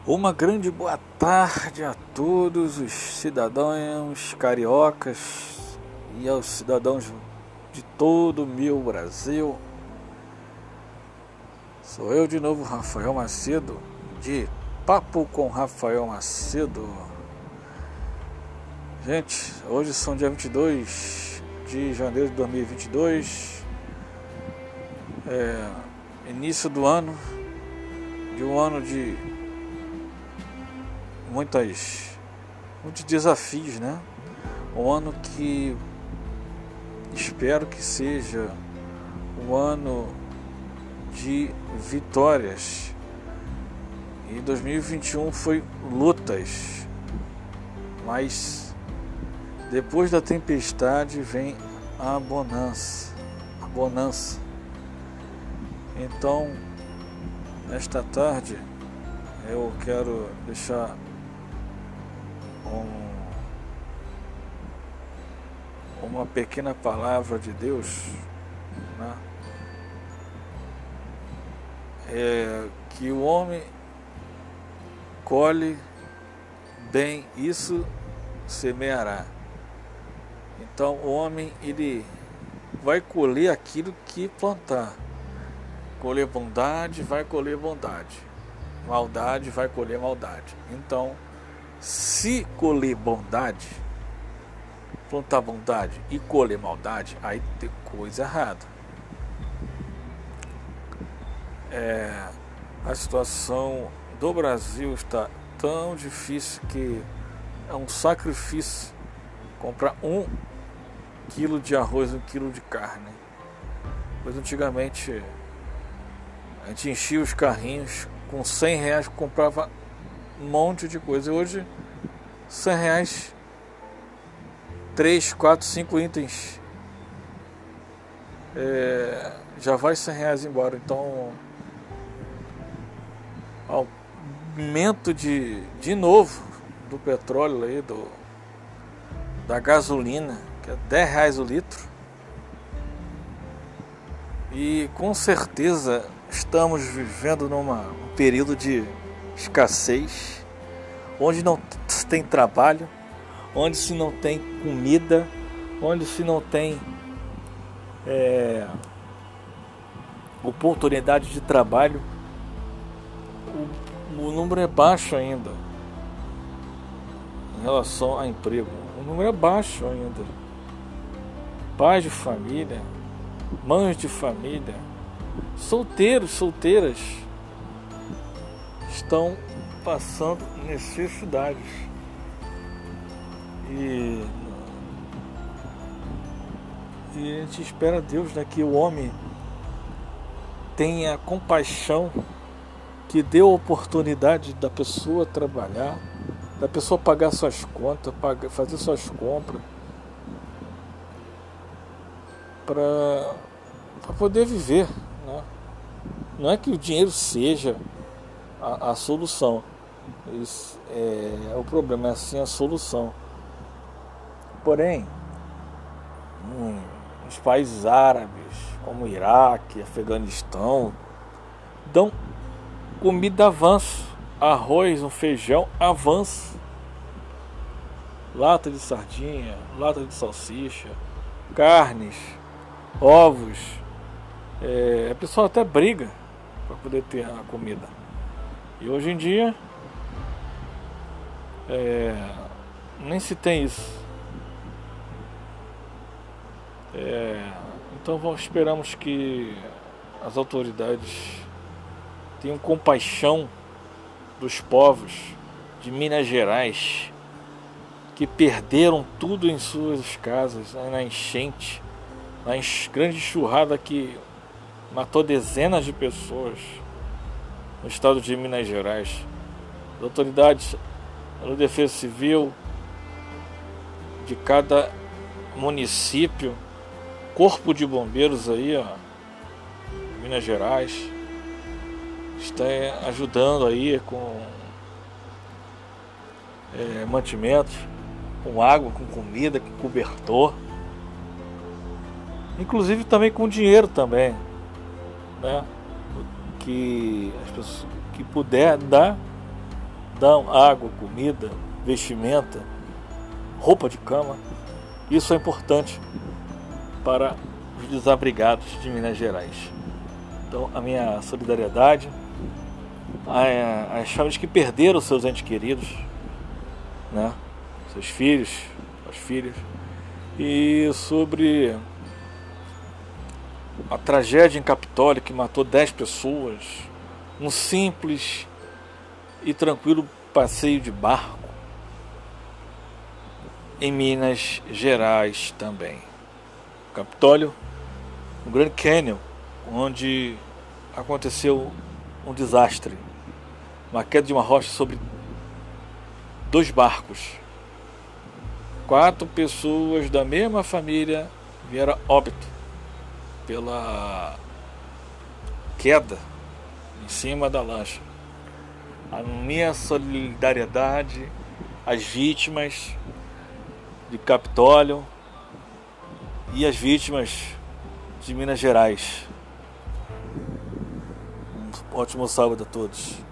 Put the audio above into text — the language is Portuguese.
Uma grande boa tarde a todos os cidadãos cariocas e aos cidadãos de todo o meu Brasil. Sou eu de novo, Rafael Macedo, de Papo com Rafael Macedo. Gente, hoje são dia 22 de janeiro de 2022, início do ano, de um ano de muitos desafios, né? Um ano que espero que seja um ano de vitórias. E 2021 foi lutas, mas depois da tempestade vem a bonança. Então, nesta tarde, eu quero deixar uma pequena palavra de Deus, né? Que o homem colhe bem, isso semeará. Então o homem, ele vai colher aquilo que plantar. Colher bondade, vai colher bondade. Maldade, vai colher maldade. Então, se colher bondade, plantar bondade e colher maldade, aí tem coisa errada. A situação do Brasil está tão difícil que é um sacrifício comprar 1 quilo de arroz, 1 quilo de carne. Pois antigamente a gente enchia os carrinhos com R$100, comprava um monte de coisa. E hoje R$100, 3, 4, 5 itens, já vai R$100 embora. Então, aumento de novo do petróleo aí, da gasolina, que é R$10 o litro. E com certeza estamos vivendo num período de escassez, onde não se tem trabalho, onde se não tem comida, onde se não tem oportunidade de trabalho. O número é baixo ainda em relação a emprego. O número é baixo ainda. Pais de família, mães de família, solteiros, solteiras estão passando necessidades. E a gente espera a Deus, né, que o homem tenha compaixão, que dê a oportunidade da pessoa trabalhar, da pessoa pagar suas contas, fazer suas compras, para poder viver, né? Não é que o dinheiro seja a solução, isso é o problema, é sim a solução. Porém, nos países árabes, como Iraque, Afeganistão, dão comida avanço, arroz, um feijão avanço, lata de sardinha, lata de salsicha, carnes, ovos. A pessoa até briga para poder ter a comida. E hoje em dia nem se tem isso. Então esperamos que as autoridades tenham compaixão dos povos de Minas Gerais, que perderam tudo em suas casas, na enchente, na grande enxurrada que matou dezenas de pessoas no estado de Minas Gerais. As autoridades da Defesa Civil de cada município, Corpo de Bombeiros aí, ó, Minas Gerais, está ajudando aí com mantimentos, com água, com comida, com cobertor, inclusive também com dinheiro também, né? Que as pessoas que puder dar, dão água, comida, vestimenta, roupa de cama. Isso é importante para os desabrigados de Minas Gerais. Então, a minha solidariedade às famílias que perderam seus entes queridos, né? Seus filhos, suas filhas, e sobre a tragédia em Capitólio que matou 10 pessoas, um simples e tranquilo passeio de barco em Minas Gerais também. Capitólio, no Grand Canyon, onde aconteceu um desastre, uma queda de uma rocha sobre 2 barcos. 4 pessoas da mesma família vieram a óbito pela queda em cima da lancha. A minha solidariedade às vítimas de Capitólio e às vítimas de Minas Gerais. Um ótimo sábado a todos.